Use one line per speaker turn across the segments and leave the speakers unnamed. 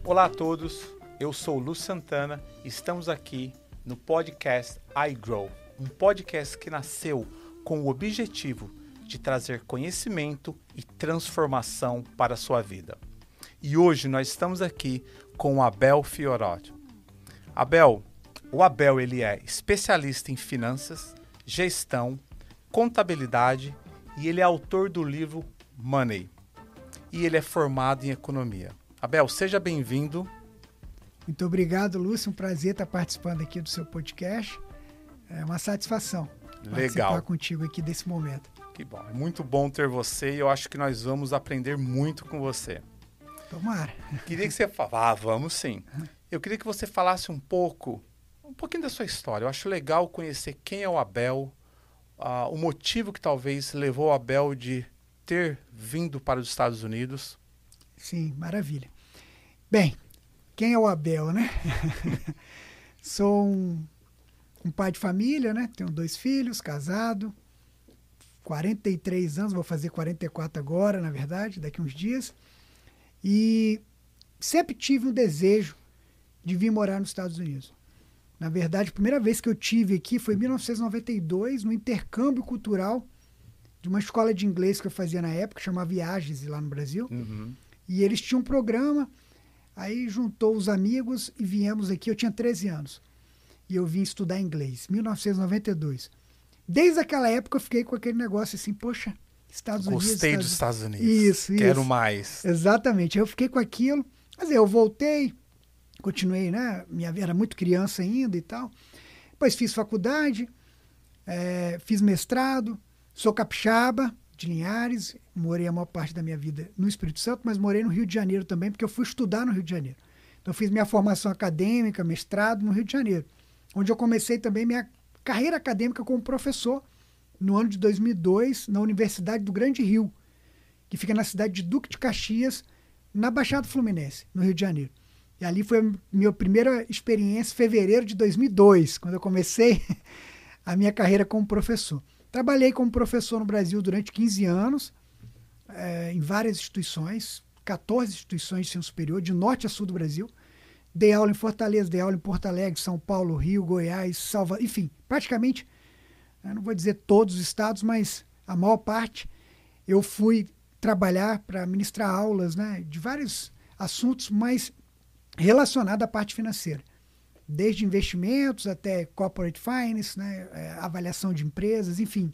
Olá a todos, eu sou o Lu Santana e estamos aqui no podcast iGrow, um podcast que nasceu com o objetivo de trazer conhecimento e transformação para a sua vida. E hoje nós estamos aqui com o Abel Fiorotto. O Abel ele é especialista em finanças, gestão, contabilidade e ele é autor do livro Money. E ele é formado em economia. Abel, seja bem-vindo.
Muito obrigado, Lúcio. Um prazer estar participando aqui do seu podcast. É uma satisfação participar contigo aqui desse momento.
Que bom. É muito bom ter você e eu acho que nós vamos aprender muito com você.
Tomara.
Queria que você falasse. Vamos sim. Eu queria que você falasse um pouquinho da sua história. Eu acho legal conhecer quem é o Abel, o motivo que talvez levou o Abel de ter vindo para os Estados Unidos.
Sim, maravilha. Bem, quem é o Abel, né? Sou um pai de família, né? Tenho 2 filhos, casado, 43 anos, vou fazer 44 agora, na verdade, daqui uns dias. E sempre tive um desejo de vir morar nos Estados Unidos. Na verdade, a primeira vez que eu tive aqui foi em 1992, no intercâmbio cultural de uma escola de inglês que eu fazia na época, chamava Viagens, lá no Brasil.
Uhum.
E eles tinham um programa, aí juntou os amigos e viemos aqui. Eu tinha 13 anos e eu vim estudar inglês, 1992. Desde aquela época eu fiquei com aquele negócio assim, poxa, Estados Unidos.
Gostei dos Estados Unidos.
Isso.
Quero mais.
Exatamente. Eu fiquei com aquilo. Mas eu voltei, continuei, né? Minha vida era muito criança ainda e tal. Depois fiz faculdade, fiz mestrado, sou capixaba de Linhares, morei a maior parte da minha vida no Espírito Santo, mas morei no Rio de Janeiro também, porque eu fui estudar no Rio de Janeiro. Então fiz minha formação acadêmica, mestrado no Rio de Janeiro, onde eu comecei também minha carreira acadêmica como professor no ano de 2002, na Universidade do Grande Rio, que fica na cidade de Duque de Caxias, na Baixada Fluminense, no Rio de Janeiro. E ali foi a minha primeira experiência, em fevereiro de 2002, quando eu comecei a minha carreira como professor. Trabalhei como professor no Brasil durante 15 anos, em várias instituições, 14 instituições de ensino superior, de norte a sul do Brasil. Dei aula em Fortaleza, dei aula em Porto Alegre, São Paulo, Rio, Goiás, Salvador, enfim, praticamente, eu não vou dizer todos os estados, mas a maior parte, eu fui trabalhar para ministrar aulas, né, de vários assuntos, mas relacionados à parte financeira. Desde investimentos até corporate finance, né, avaliação de empresas, enfim.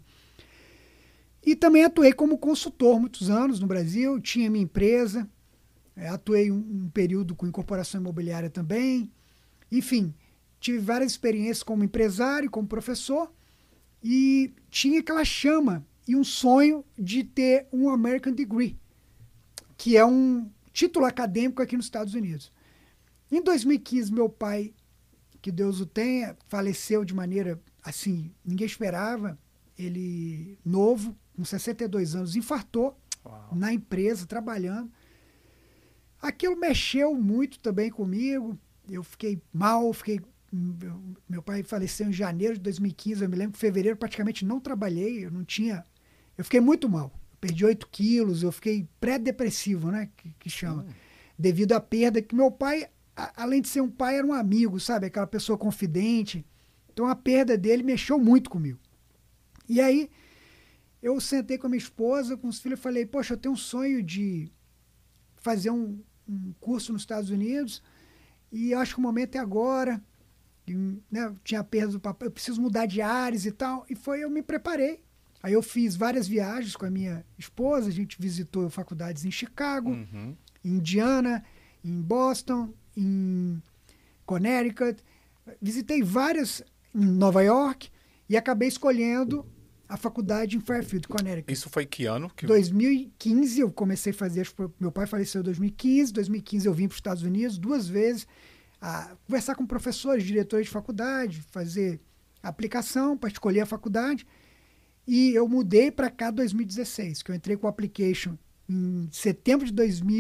E também atuei como consultor muitos anos no Brasil, tinha minha empresa, atuei um período com incorporação imobiliária também. Enfim, tive várias experiências como empresário, como professor, e tinha aquela chama e um sonho de ter um American Degree, que é um título acadêmico aqui nos Estados Unidos. Em 2015, meu pai, que Deus o tenha, faleceu de maneira assim, ninguém esperava. Ele, novo, com 62 anos, infartou. Uau. Na empresa, trabalhando. Aquilo mexeu muito também comigo. Eu fiquei mal, meu pai faleceu em janeiro de 2015, eu me lembro que em fevereiro praticamente não trabalhei, eu fiquei muito mal. Eu perdi 8 quilos, eu fiquei pré-depressivo, né, que chama, devido à perda que meu pai, além de ser um pai, era um amigo, sabe? Aquela pessoa confidente. Então a perda dele mexeu muito comigo. E aí eu sentei com a minha esposa, com os filhos, e falei, poxa, eu tenho um sonho de fazer um curso nos Estados Unidos e eu acho que o momento é agora. E, né, eu tinha a perda do papai, eu preciso mudar de áreas e tal. E eu me preparei. Aí eu fiz várias viagens com a minha esposa, a gente visitou faculdades em Chicago, em Indiana, em Boston, em Connecticut, visitei várias em Nova York e acabei escolhendo a faculdade em Fairfield, Connecticut.
Isso foi que ano?
2015 eu comecei a fazer, meu pai faleceu em 2015 eu vim para os Estados Unidos 2 vezes, a conversar com professores, diretores de faculdade, fazer aplicação para escolher a faculdade, e eu mudei para cá em 2016, que eu entrei com o application em setembro de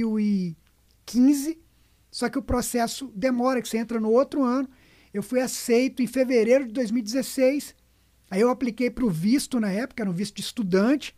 2015, só que o processo demora, que você entra no outro ano. Eu fui aceito em fevereiro de 2016, aí eu apliquei para o visto na época, era um visto de estudante,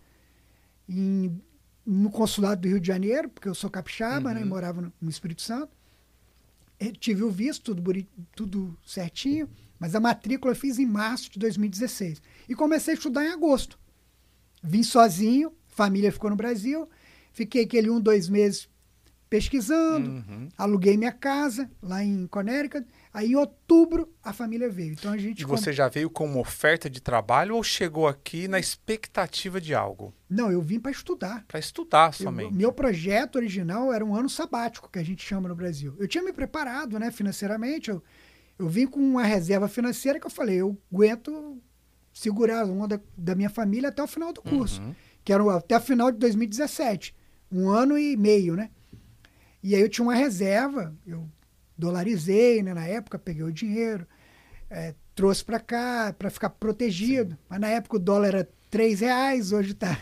no consulado do Rio de Janeiro, porque eu sou capixaba, né, e morava no Espírito Santo. Eu tive o visto, tudo certinho, mas a matrícula eu fiz em março de 2016. E comecei a estudar em agosto. Vim sozinho, família ficou no Brasil, fiquei aquele 2 meses pesquisando, aluguei minha casa lá em Connecticut. Aí em outubro a família veio. Então a gente.
E você já veio com uma oferta de trabalho ou chegou aqui na expectativa de algo?
Não, eu vim para estudar.
Para estudar somente.
Meu projeto original era um ano sabático, que a gente chama no Brasil. Eu tinha me preparado, né, financeiramente. Eu vim com uma reserva financeira que eu falei, eu aguento segurar uma da minha família até o final do curso, que era até o final de 2017. 1 ano e meio, né? E aí eu tinha uma reserva, eu dolarizei, né, na época, peguei o dinheiro, trouxe para cá para ficar protegido. Sim. Mas na época o dólar era R$3, hoje está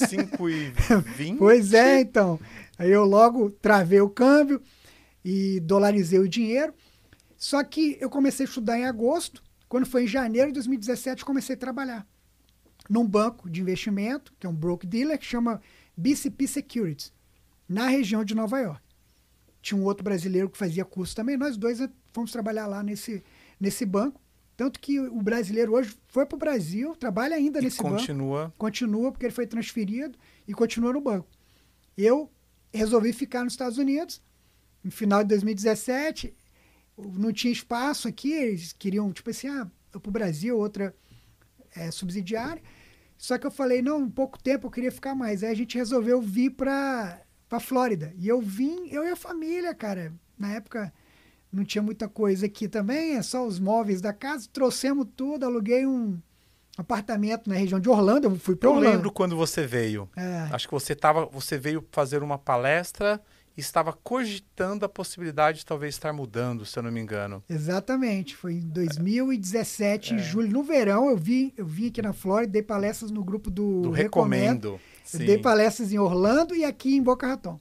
5,20.
Pois é, então. Aí eu logo travei o câmbio e dolarizei o dinheiro. Só que eu comecei a estudar em agosto. Quando foi em janeiro de 2017, comecei a trabalhar num banco de investimento, que é um broker dealer, que chama BCP Securities, na região de Nova York. Tinha um outro brasileiro que fazia curso também. Nós dois fomos trabalhar lá nesse banco. Tanto que o brasileiro hoje foi para o Brasil, trabalha ainda nesse banco. Continua, porque ele foi transferido e continua no banco. Eu resolvi ficar nos Estados Unidos. No final de 2017, não tinha espaço aqui. Eles queriam, tipo assim, eu para o Brasil, outra subsidiária. Só que eu falei, não, em pouco tempo eu queria ficar mais. Aí a gente resolveu vir para Flórida. E eu vim, eu e a família, cara. Na época não tinha muita coisa aqui também, é só os móveis da casa. Trouxemos tudo, aluguei um apartamento na região de Orlando. Eu fui para Orlando.
Eu lembro quando você veio. Acho que você veio fazer uma palestra e estava cogitando a possibilidade de talvez estar mudando, se eu não me engano.
Exatamente. Foi em 2017, em julho. No verão, eu vim aqui na Flórida, dei palestras no grupo do
Recomendo.
Eu dei palestras em Orlando e aqui em Boca Raton.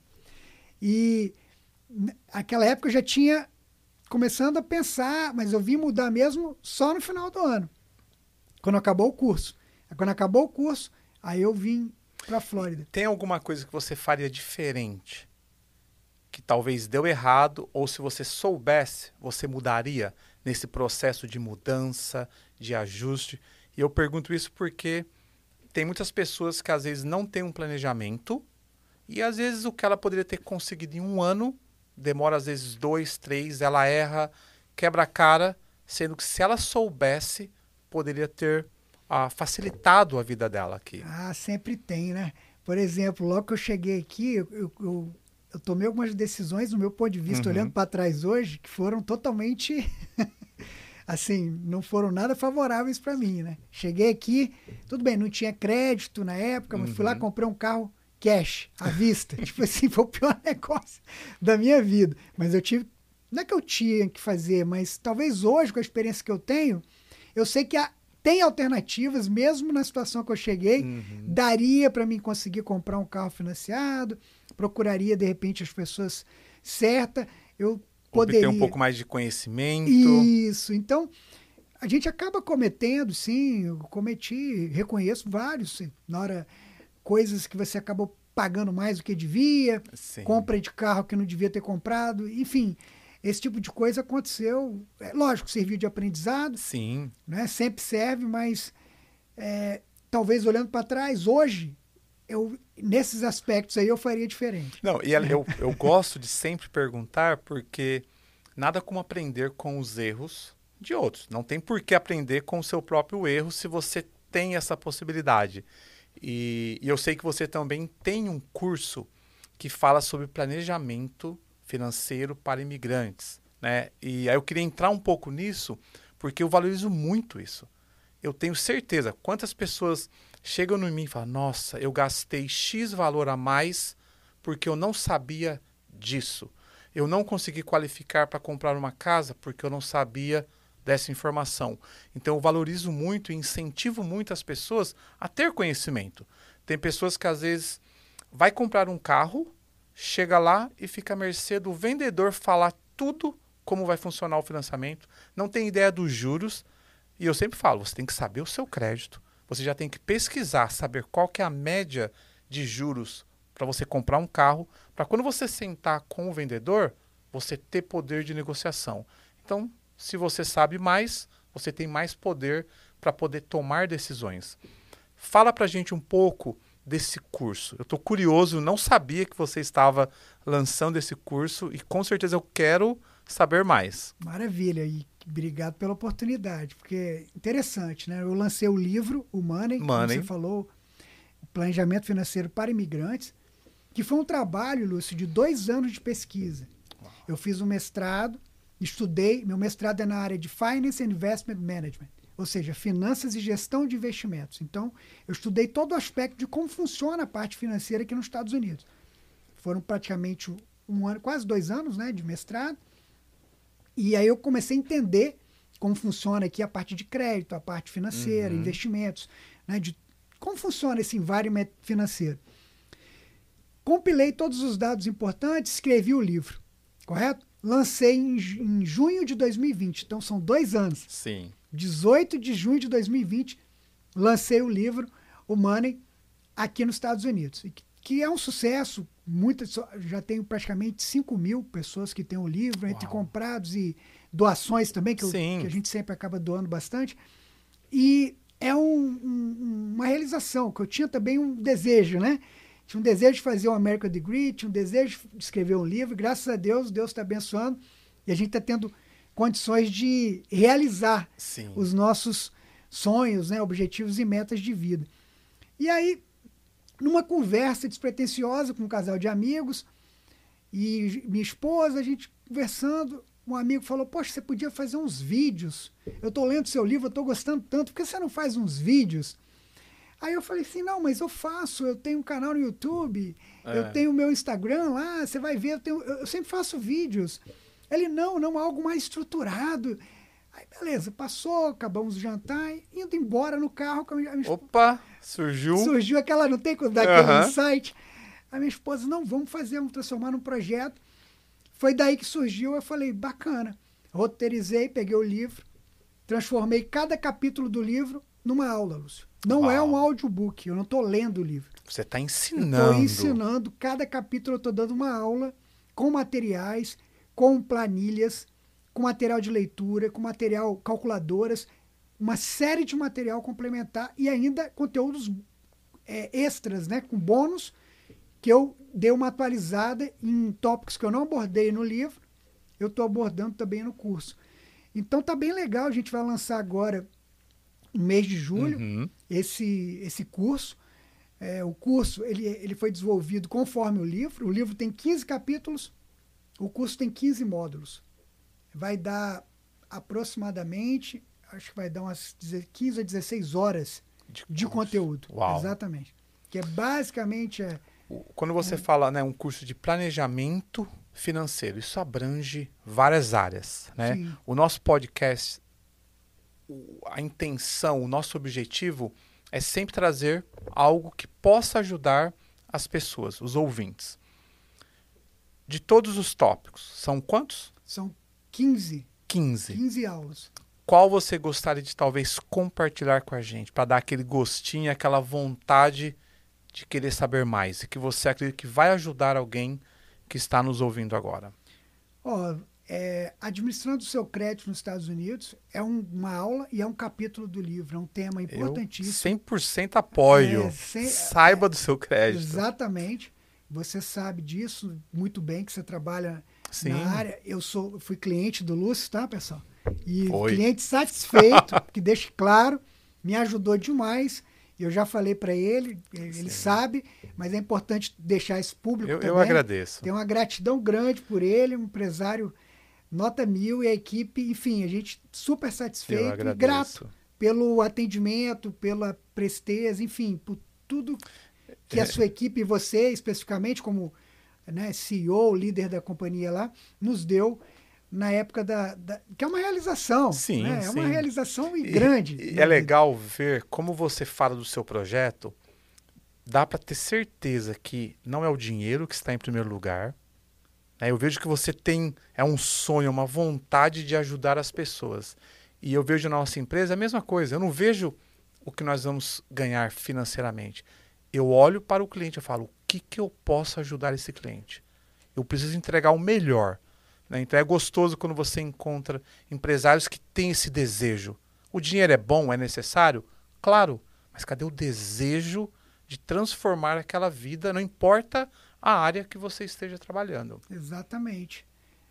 E naquela época eu já tinha começando a pensar, mas eu vim mudar mesmo só no final do ano, quando acabou o curso. Quando acabou o curso, aí eu vim para a Flórida.
Tem alguma coisa que você faria diferente, que talvez deu errado, ou se você soubesse, você mudaria nesse processo de mudança, de ajuste? E eu pergunto isso porque tem muitas pessoas que às vezes não têm um planejamento e às vezes o que ela poderia ter conseguido em 1 ano, demora às vezes 2, 3, ela erra, quebra a cara, sendo que se ela soubesse, poderia ter facilitado a vida dela aqui.
Sempre tem, né? Por exemplo, logo que eu cheguei aqui, eu tomei algumas decisões, do meu ponto de vista, olhando para trás hoje, que foram totalmente... assim, não foram nada favoráveis para mim, né? Cheguei aqui, tudo bem, não tinha crédito na época, mas fui lá, comprei um carro cash, à vista. Tipo assim, foi o pior negócio da minha vida. Mas eu tive, não é que eu tinha que fazer, mas talvez hoje, com a experiência que eu tenho, eu sei que tem alternativas, mesmo na situação que eu cheguei, daria para mim conseguir comprar um carro financiado, procuraria, de repente, as pessoas certas, eu poderia...
Obter um pouco mais de conhecimento.
Isso. Então, a gente acaba cometendo, sim, eu reconheço vários, na hora, coisas que você acabou pagando mais do que devia,
sim.
Compra de carro que não devia ter comprado, enfim, esse tipo de coisa aconteceu. Lógico, serviu de aprendizado.
Sim.
Né? Sempre serve, mas talvez olhando para trás, hoje, nesses aspectos aí eu faria diferente.
Não, e eu gosto de sempre perguntar, porque nada como aprender com os erros de outros. Não tem por que aprender com o seu próprio erro se você tem essa possibilidade. E eu sei que você também tem um curso que fala sobre planejamento financeiro para imigrantes, né? E aí eu queria entrar um pouco nisso, porque eu valorizo muito isso. Eu tenho certeza, quantas pessoas chegam em mim e falam, nossa, eu gastei X valor a mais porque eu não sabia disso. Eu não consegui qualificar para comprar uma casa porque eu não sabia dessa informação. Então eu valorizo muito e incentivo muito as pessoas a ter conhecimento. Tem pessoas que às vezes vai comprar um carro, chega lá e fica à mercê do vendedor falar tudo como vai funcionar o financiamento, não tem ideia dos juros. E eu sempre falo, você tem que saber o seu crédito, você já tem que pesquisar, saber qual que é a média de juros para você comprar um carro, para quando você sentar com o vendedor, você ter poder de negociação. Então, se você sabe mais, você tem mais poder para poder tomar decisões. Fala para a gente um pouco desse curso. Eu estou curioso, não sabia que você estava lançando esse curso e com certeza eu quero saber mais.
Maravilha, e obrigado pela oportunidade, porque é interessante, né? Eu lancei o livro, o Money, como você falou, o Planejamento Financeiro para Imigrantes, que foi um trabalho, Lúcio, de 2 anos de pesquisa. Uau. Eu fiz um mestrado, estudei, meu mestrado é na área de Finance and Investment Management, ou seja, finanças e gestão de investimentos. Então, eu estudei todo o aspecto de como funciona a parte financeira aqui nos Estados Unidos. Foram praticamente 1 ano, quase 2 anos, né, de mestrado. E aí eu comecei a entender como funciona aqui a parte de crédito, a parte financeira, investimentos, né, de como funciona esse environment financeiro. Compilei todos os dados importantes, escrevi o livro, correto? Lancei em junho de 2020, então são 2 anos.
Sim.
18 de junho de 2020, lancei o livro, o Money, aqui nos Estados Unidos. Que é um sucesso, já tenho praticamente 5.000 pessoas que têm o livro, entre comprados e doações também, que a gente sempre acaba doando bastante. E é uma realização, que eu tinha também um desejo, né? Tinha um desejo de fazer um American Degree, tinha um desejo de escrever um livro, graças a Deus está abençoando, e a gente está tendo condições de realizar os nossos sonhos, né, objetivos e metas de vida. E aí, numa conversa despretensiosa com um casal de amigos e minha esposa, a gente conversando, um amigo falou, poxa, você podia fazer uns vídeos, eu estou lendo seu livro, eu estou gostando tanto, por que você não faz uns vídeos? Aí eu falei assim, não, mas eu faço, eu tenho um canal no YouTube, eu tenho o meu Instagram lá, você vai ver, eu sempre faço vídeos. Ele, não, algo mais estruturado. Aí, beleza, passou, acabamos de jantar, indo embora no carro. Com a minha
Opa, surgiu.
Surgiu aquela, não tem quando dá aquele insight. A minha esposa, não, vamos transformar num projeto. Foi daí que surgiu, eu falei, bacana. Roteirizei, peguei o livro, transformei cada capítulo do livro numa aula, Lúcio. Não é um audiobook, eu não estou lendo o livro.
Você está ensinando.
Eu estou ensinando, cada capítulo eu estou dando uma aula com materiais, com planilhas, com material de leitura, com material, calculadoras, uma série de material complementar e ainda conteúdos extras, né, com bônus, que eu dei uma atualizada em tópicos que eu não abordei no livro, eu estou abordando também no curso. Então tá bem legal, a gente vai lançar agora, no mês de julho, esse curso. O curso ele foi desenvolvido conforme o livro tem 15 capítulos, o curso tem 15 módulos. Vai dar aproximadamente, acho que vai dar umas 15 a 16 horas de conteúdo.
Uau.
Exatamente. Que é basicamente...
Quando você fala, né, um curso de planejamento financeiro, isso abrange várias áreas, né?
Sim.
O nosso podcast, a intenção, o nosso objetivo é sempre trazer algo que possa ajudar as pessoas, os ouvintes. De todos os tópicos, são quantos?
São 15.
15.
15 aulas.
Qual você gostaria de talvez compartilhar com a gente, para dar aquele gostinho, aquela vontade de querer saber mais e que você acredita que vai ajudar alguém que está nos ouvindo agora?
Administrando o seu crédito nos Estados Unidos é uma aula e é um capítulo do livro, é um tema importantíssimo.
100% apoio. Saiba do seu crédito.
Exatamente. Você sabe disso muito bem, que você trabalha na área. Eu fui cliente do Lúcio, tá, pessoal? E cliente satisfeito, que deixe claro, me ajudou demais. Eu já falei para ele, ele sabe, mas é importante deixar isso público também.
Eu agradeço.
Tenho uma gratidão grande por ele, um empresário nota 1000 e a equipe, enfim, a gente super satisfeito e grato pelo atendimento, pela presteza, enfim, por tudo que a sua equipe e você, especificamente como, né, CEO, líder da companhia lá, nos deu na época que é uma realização.
Sim,
né?
sim.
É uma realização grande.
E é legal ver como você fala do seu projeto, dá para ter certeza que não é o dinheiro que está em primeiro lugar. Eu vejo que você tem um sonho, uma vontade de ajudar as pessoas. E eu vejo na nossa empresa a mesma coisa. Eu não vejo o que nós vamos ganhar financeiramente. Eu olho para o cliente e falo, o que eu posso ajudar esse cliente? Eu preciso entregar o melhor. né? Então é gostoso quando você encontra empresários que têm esse desejo. O dinheiro é bom, é necessário? Claro, mas cadê o desejo de transformar aquela vida, não importa a área que você esteja trabalhando?
Exatamente.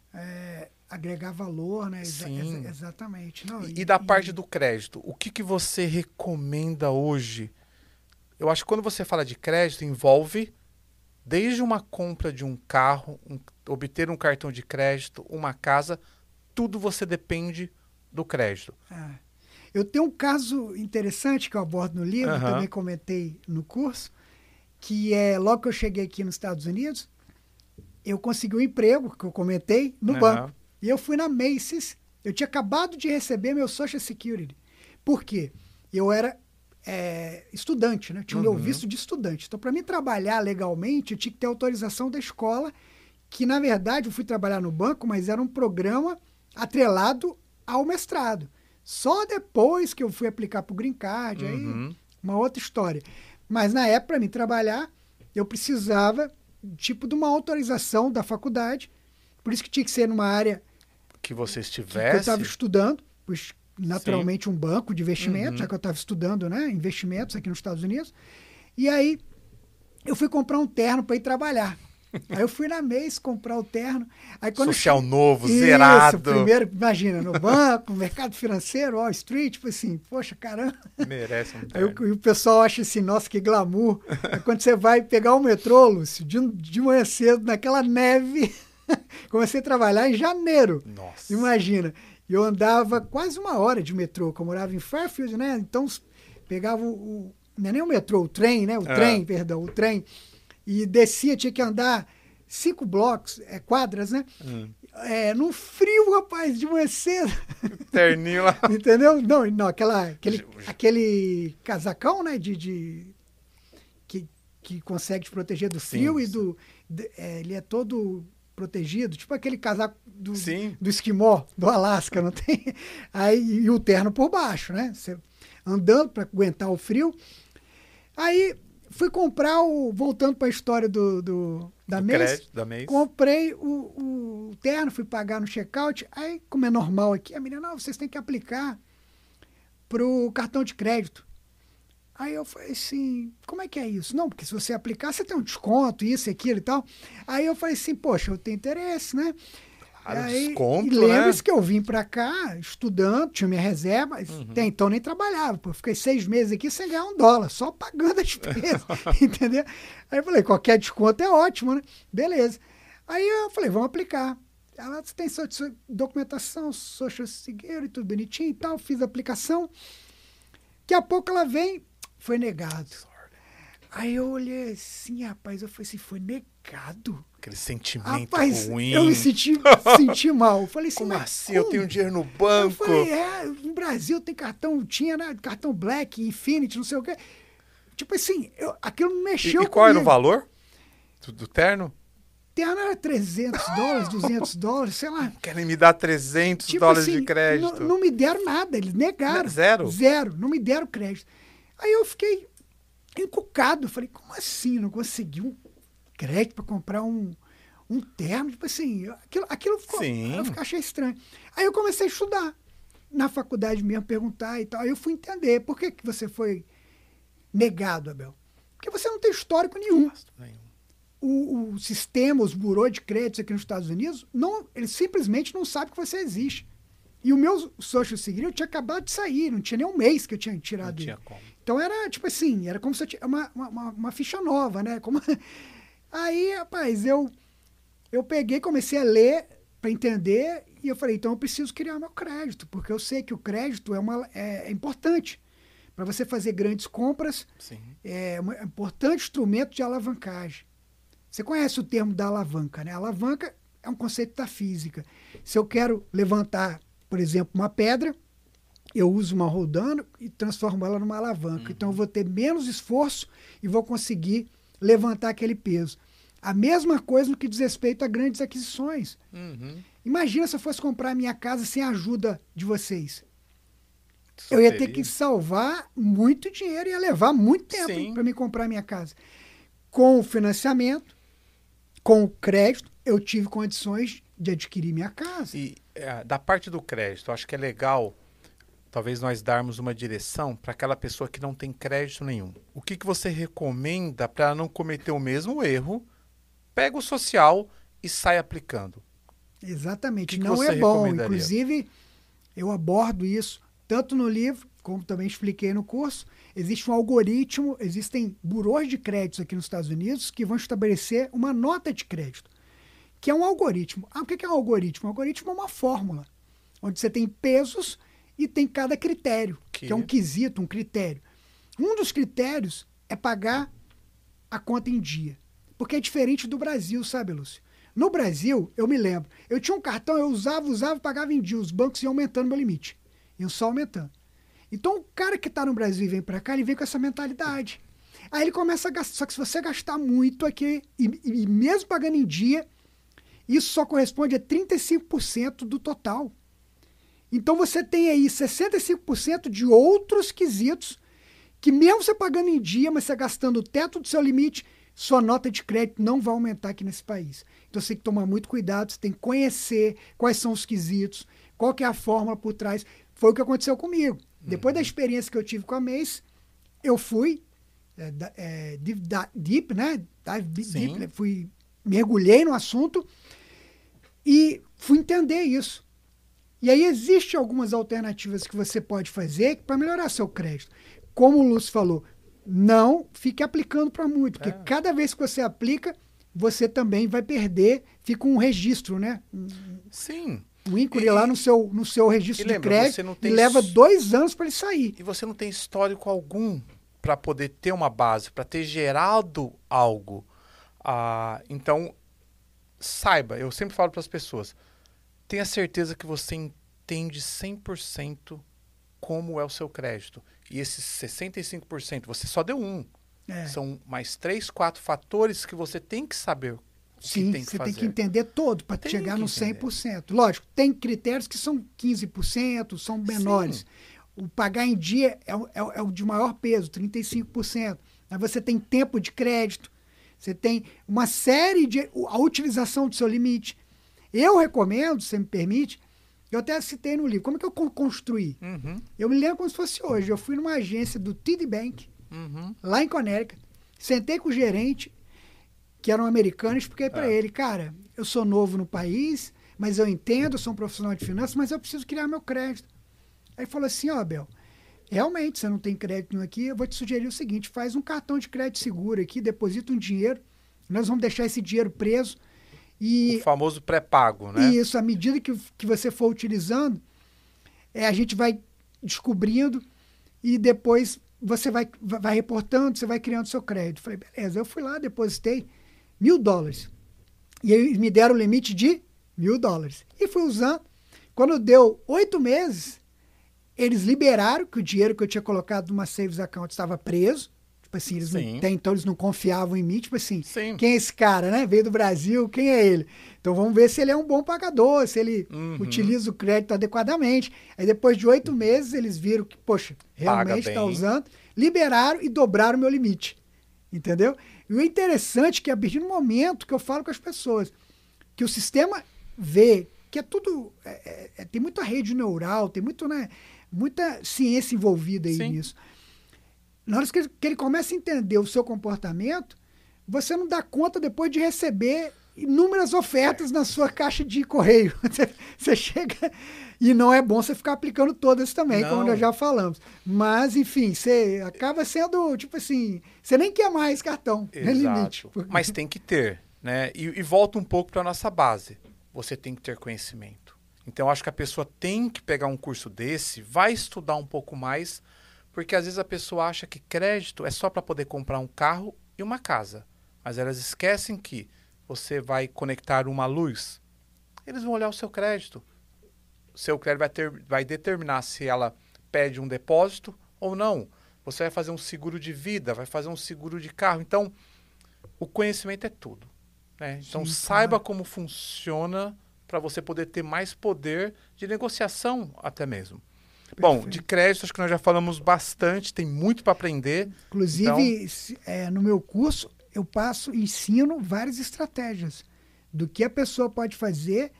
Agregar valor, né?
Sim.
Exatamente. Não,
E da parte do crédito, o que você recomenda hoje? Eu acho que quando você fala de crédito, envolve desde uma compra de um carro, obter um cartão de crédito, uma casa, tudo você depende do crédito.
Eu tenho um caso interessante que eu abordo no livro,
Aham.
também comentei no curso, que é logo que eu cheguei aqui nos Estados Unidos, eu consegui um emprego, que eu comentei, no
Aham.
banco. E eu fui na Macy's, eu tinha acabado de receber meu Social Security. Por quê? Eu era estudante, né? Tinha o meu visto de estudante. Então, para mim trabalhar legalmente, eu tinha que ter autorização da escola, que na verdade eu fui trabalhar no banco, mas era um programa atrelado ao mestrado. Só depois que eu fui aplicar para o Green Card, aí uma outra história. Mas na época, para mim trabalhar, eu precisava tipo de uma autorização da faculdade, por isso que tinha que ser numa área
Que você
que eu
estivesse.
estava estudando, pois naturalmente um banco de investimentos, já que eu estava estudando, né, investimentos aqui nos Estados Unidos. E aí eu fui comprar um terno para ir trabalhar. Aí eu fui na Macy's comprar o terno. Aí quando
Social novo,
Isso,
zerado.
primeiro, imagina, no banco, mercado financeiro, Wall Street, tipo assim, poxa, caramba.
Merece um
Aí
terno.
o pessoal acha assim, nossa, que glamour. Aí quando você vai pegar o metrô, Lúcio, de manhã cedo, naquela neve, comecei a trabalhar em janeiro.
Nossa.
Imagina. E eu andava quase 1 hora de metrô, que eu morava em Fairfield, né? Então pegava não é nem o metrô, o trem, né? O trem. E descia, tinha que andar 5 blocos, quadras, né? No frio, rapaz, de manhã cedo.
Terninho lá.
Entendeu? Não, aquele casacão, né? Que consegue te proteger do frio e ele é todo protegido, tipo aquele casaco do esquimó, do Alasca, não tem? Aí, e o terno por baixo, né? Você andando para aguentar o frio. Aí fui comprar voltando para a história da Macy's, comprei o terno, fui pagar no checkout, aí como é normal aqui, a menina, não, vocês têm que aplicar pro cartão de crédito. Aí eu falei assim, como é que é isso? Não, porque se você aplicar, você tem um desconto, isso e aquilo e tal. Aí eu falei assim, poxa, eu tenho interesse, né?
Claro,
aí,
desconto,
e lembre-se que eu vim para cá estudando, tinha minha reserva, até então nem trabalhava. Pô, eu fiquei 6 meses aqui sem ganhar $1, só pagando a despesa, entendeu? Aí eu falei, qualquer desconto é ótimo, né? Beleza. Aí eu falei, vamos aplicar. Ela tem sua documentação, social security, tudo bonitinho e tal, fiz a aplicação. Daqui a pouco ela vem, foi negado. Aí eu olhei assim, rapaz, eu falei assim, foi negado?
Aquele sentimento ruim.
Eu me senti mal. Eu falei assim,
como assim? Eu tenho dinheiro no banco.
Eu falei, no Brasil tem cartão, tinha, né? Cartão Black, Infinity, não sei o quê. Tipo assim, aquilo me mexeu
E qual era o valor do terno?
Terno era $300, $200, sei lá.
Querem me dar $300 de crédito.
Não me deram nada, eles negaram.
Zero?
Zero, não me deram crédito. Aí eu fiquei encucado, falei, como assim? Não consegui um crédito para comprar um terno? Tipo assim, aquilo ficou, eu achei estranho. Aí eu comecei a estudar na faculdade mesmo, perguntar e tal. Aí eu fui entender por que você foi negado, Abel. Porque você não tem histórico nenhum. O sistema, os burô de créditos aqui nos Estados Unidos, eles simplesmente não sabem que você existe. E o meu Social Security eu tinha acabado de sair, não tinha nem um mês que eu tinha tirado ele. Então era tipo assim, era como se eu tivesse uma ficha nova, né? Aí, rapaz, eu peguei, comecei a ler para entender e eu falei, então eu preciso criar meu crédito, porque eu sei que o crédito é importante para você fazer grandes compras.
Sim.
É um importante instrumento de alavancagem. Você conhece o termo da alavanca, né? A alavanca é um conceito da física. Se eu quero levantar, por exemplo, uma pedra, eu uso uma roldana e transformo ela numa alavanca. Então eu vou ter menos esforço e vou conseguir levantar aquele peso. A mesma coisa no que diz respeito a grandes aquisições. Imagina se eu fosse comprar a minha casa sem a ajuda de vocês. Eu ia ter que salvar muito dinheiro, ia levar muito tempo para me comprar a minha casa. Com o financiamento, com o crédito, eu tive condições de adquirir minha casa.
E da parte do crédito, eu acho que é legal, talvez nós darmos uma direção para aquela pessoa que não tem crédito nenhum. O que você recomenda para ela não cometer o mesmo erro? Pega o social e sai aplicando.
Exatamente,
que
não
você
é bom.
recomendaria?
Inclusive, eu abordo isso tanto no livro, como também expliquei no curso. Existe um algoritmo, existem bureaus de créditos aqui nos Estados Unidos que vão estabelecer uma nota de crédito, que é um algoritmo. O que é um algoritmo? Um algoritmo é uma fórmula, onde você tem pesos e tem cada critério, que é um quesito, um critério. Um dos critérios é pagar a conta em dia, porque é diferente do Brasil, sabe, Lúcio? No Brasil, eu me lembro, eu tinha um cartão, eu usava, pagava em dia, os bancos iam aumentando meu limite, iam só aumentando. Então, o cara que está no Brasil e vem para cá, ele vem com essa mentalidade. Aí ele começa a gastar, só que se você gastar muito aqui, e mesmo pagando em dia, isso só corresponde a 35% do total. Então, você tem aí 65% de outros quesitos que mesmo você pagando em dia, mas você gastando o teto do seu limite, sua nota de crédito não vai aumentar aqui nesse país. Então, você tem que tomar muito cuidado, você tem que conhecer quais são os quesitos, qual que é a fórmula por trás. Foi o que aconteceu comigo. Depois da experiência que eu tive com a Mace, eu fui deep, né? Deep, mergulhei no assunto e fui entender isso. E aí existem algumas alternativas que você pode fazer para melhorar seu crédito. Como o Lúcio falou, não fique aplicando para muito, porque cada vez que você aplica, você também vai perder, fica um registro, né?
Sim.
Um ícone lá no seu registro de crédito e leva 2 anos para ele sair.
E você não tem histórico algum para poder ter uma base, para ter gerado algo. Então, saiba, eu sempre falo para as pessoas, tenha certeza que você entende 100% como é o seu crédito. E esses 65%, você só deu um. São mais 3, 4 fatores que você tem que saber.
Sim, você tem que entender todo para chegar no 100%. Lógico, tem critérios que são 15%, são menores. Sim. O pagar em dia é o de maior peso, 35%. Aí você tem tempo de crédito, você tem uma série de... a utilização do seu limite. Eu recomendo, se você me permite, eu até citei no livro, como é que eu construí? Eu me lembro como se fosse hoje. Eu fui numa agência do TD Bank, lá em Connecticut, sentei com o gerente, que era um americano, e expliquei para ele, cara, eu sou novo no país, mas eu entendo, eu sou um profissional de finanças, mas eu preciso criar meu crédito. Aí ele falou assim, Abel, realmente você não tem crédito nenhum aqui, eu vou te sugerir o seguinte, faz um cartão de crédito seguro aqui, deposita um dinheiro, nós vamos deixar esse dinheiro preso. E
o famoso pré-pago, né?
Isso, à medida que você for utilizando, a gente vai descobrindo e depois você vai reportando, você vai criando seu crédito. Falei, beleza, eu fui lá, depositei $1.000. E aí me deram o limite de $1.000. E fui usando. Quando deu 8 meses, eles liberaram que o dinheiro que eu tinha colocado numa savings account estava preso. Tipo assim, até então eles não confiavam em mim. Tipo assim, quem é esse cara, né? Veio do Brasil, quem é ele? Então vamos ver se ele é um bom pagador, se ele utiliza o crédito adequadamente. Aí depois de 8 meses, eles viram que, poxa, realmente está usando. Liberaram e dobraram o meu limite. Entendeu? E o interessante é que a partir do momento que eu falo com as pessoas, que o sistema vê que é tudo... tem muita rede neural, tem muito, né, muita ciência envolvida aí nisso. Na hora que ele começa a entender o seu comportamento, você não dá conta depois de receber inúmeras ofertas na sua caixa de correio. Você chega... E não é bom você ficar aplicando todas também, como nós já falamos. Mas, enfim, você acaba sendo, tipo assim... Você nem quer mais cartão, no limite.
Mas tem que ter, né? E volta um pouco para a nossa base. Você tem que ter conhecimento. Então, eu acho que a pessoa tem que pegar um curso desse, vai estudar um pouco mais... Porque às vezes a pessoa acha que crédito é só para poder comprar um carro e uma casa. Mas elas esquecem que você vai conectar uma luz. Eles vão olhar o seu crédito. O seu crédito vai determinar se ela pede um depósito ou não. Você vai fazer um seguro de vida, vai fazer um seguro de carro. Então, o conhecimento é tudo, né? Então, saiba como funciona para você poder ter mais poder de negociação até mesmo. Bom, de crédito, acho que nós já falamos bastante, tem muito para aprender.
Inclusive, no meu curso, eu ensino várias estratégias do que a pessoa pode fazer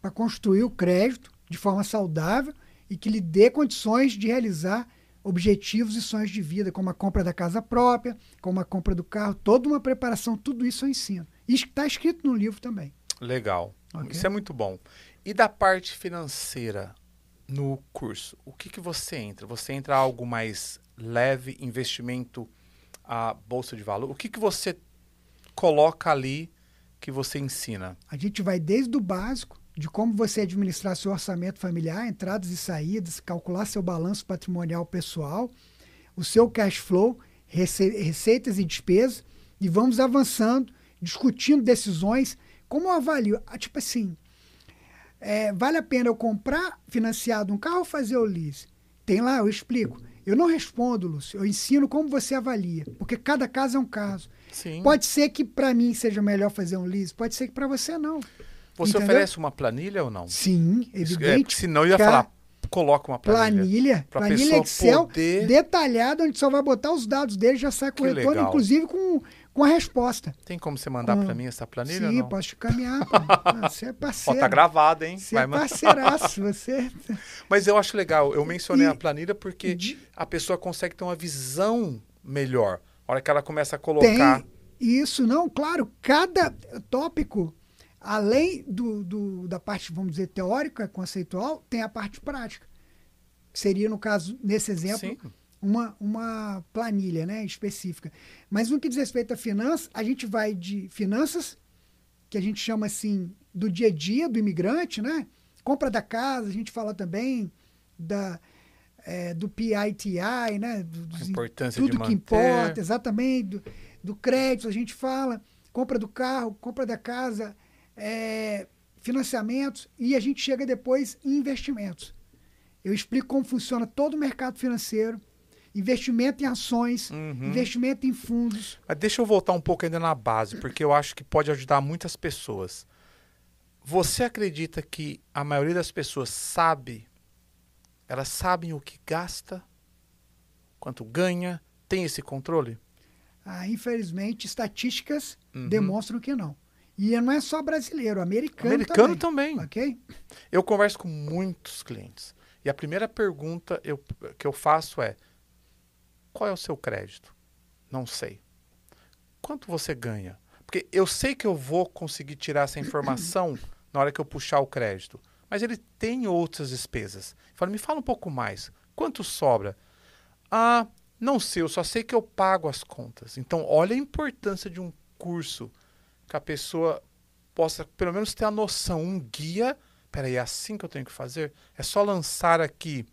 para construir o crédito de forma saudável e que lhe dê condições de realizar objetivos e sonhos de vida, como a compra da casa própria, como a compra do carro, toda uma preparação, tudo isso eu ensino. Isso está escrito no livro também.
Legal.
Ok.
Isso é muito bom. E da parte financeira no curso, o que você entra? Você entra algo mais leve, investimento, a bolsa de valor? O que você coloca ali que você ensina?
A gente vai desde o básico, de como você administrar seu orçamento familiar, entradas e saídas, calcular seu balanço patrimonial pessoal, o seu cash flow, receitas e despesas, e vamos avançando, discutindo decisões. Como eu avalio? Tipo assim, vale a pena eu comprar financiado um carro ou fazer o lease? Tem lá, eu explico. Eu não respondo, Lúcio, eu ensino como você avalia, porque cada caso é um caso.
Sim.
Pode ser que para mim seja melhor fazer um lease, pode ser que para você não.
Você
Entendeu?
oferece uma planilha ou não?
Sim, evidente.
Senão eu ia falar, coloca uma planilha.
Planilha Excel
poder...
detalhada, onde só vai botar os dados dele, já sai com o retorno,
legal.
Inclusive com a resposta.
Tem como você mandar para mim essa planilha?
Sim,
ou não?
posso te caminhar. Você é parceiro.
Ó, tá gravado, hein?
Você é parceiraço. Você...
Mas eu acho legal. Eu mencionei a planilha porque a pessoa consegue ter uma visão melhor. A hora que ela começa a colocar...
Tem isso, não, claro. Cada tópico, além da parte, vamos dizer, teórica, conceitual, tem a parte prática. Que seria, no caso, nesse exemplo, uma planilha, né, específica. Mas no que diz respeito a finanças, a gente vai de finanças, que a gente chama assim, do dia a dia do imigrante, né? Compra da casa, a gente fala também do PITI, né?
A importância
tudo
de
que
manter.
importa, exatamente, do crédito, a gente fala, compra do carro, compra da casa, financiamentos, e a gente chega depois em investimentos. Eu explico como funciona todo o mercado financeiro, investimento em ações, investimento em fundos.
Mas deixa eu voltar um pouco ainda na base, porque eu acho que pode ajudar muitas pessoas. Você acredita que a maioria das pessoas elas sabem o que gasta, quanto ganha, tem esse controle?
Infelizmente, estatísticas demonstram que não. E não é só brasileiro, americano
também.
Ok?
Eu converso com muitos clientes. E a primeira pergunta que eu faço é: qual é o seu crédito? Não sei. Quanto você ganha? Porque eu sei que eu vou conseguir tirar essa informação na hora que eu puxar o crédito. Mas ele tem outras despesas. Me fala um pouco mais. Quanto sobra? Não sei, eu só sei que eu pago as contas. Então, olha a importância de um curso que a pessoa possa, pelo menos, ter a noção, um guia. Peraí, é assim que eu tenho que fazer? É só lançar aqui.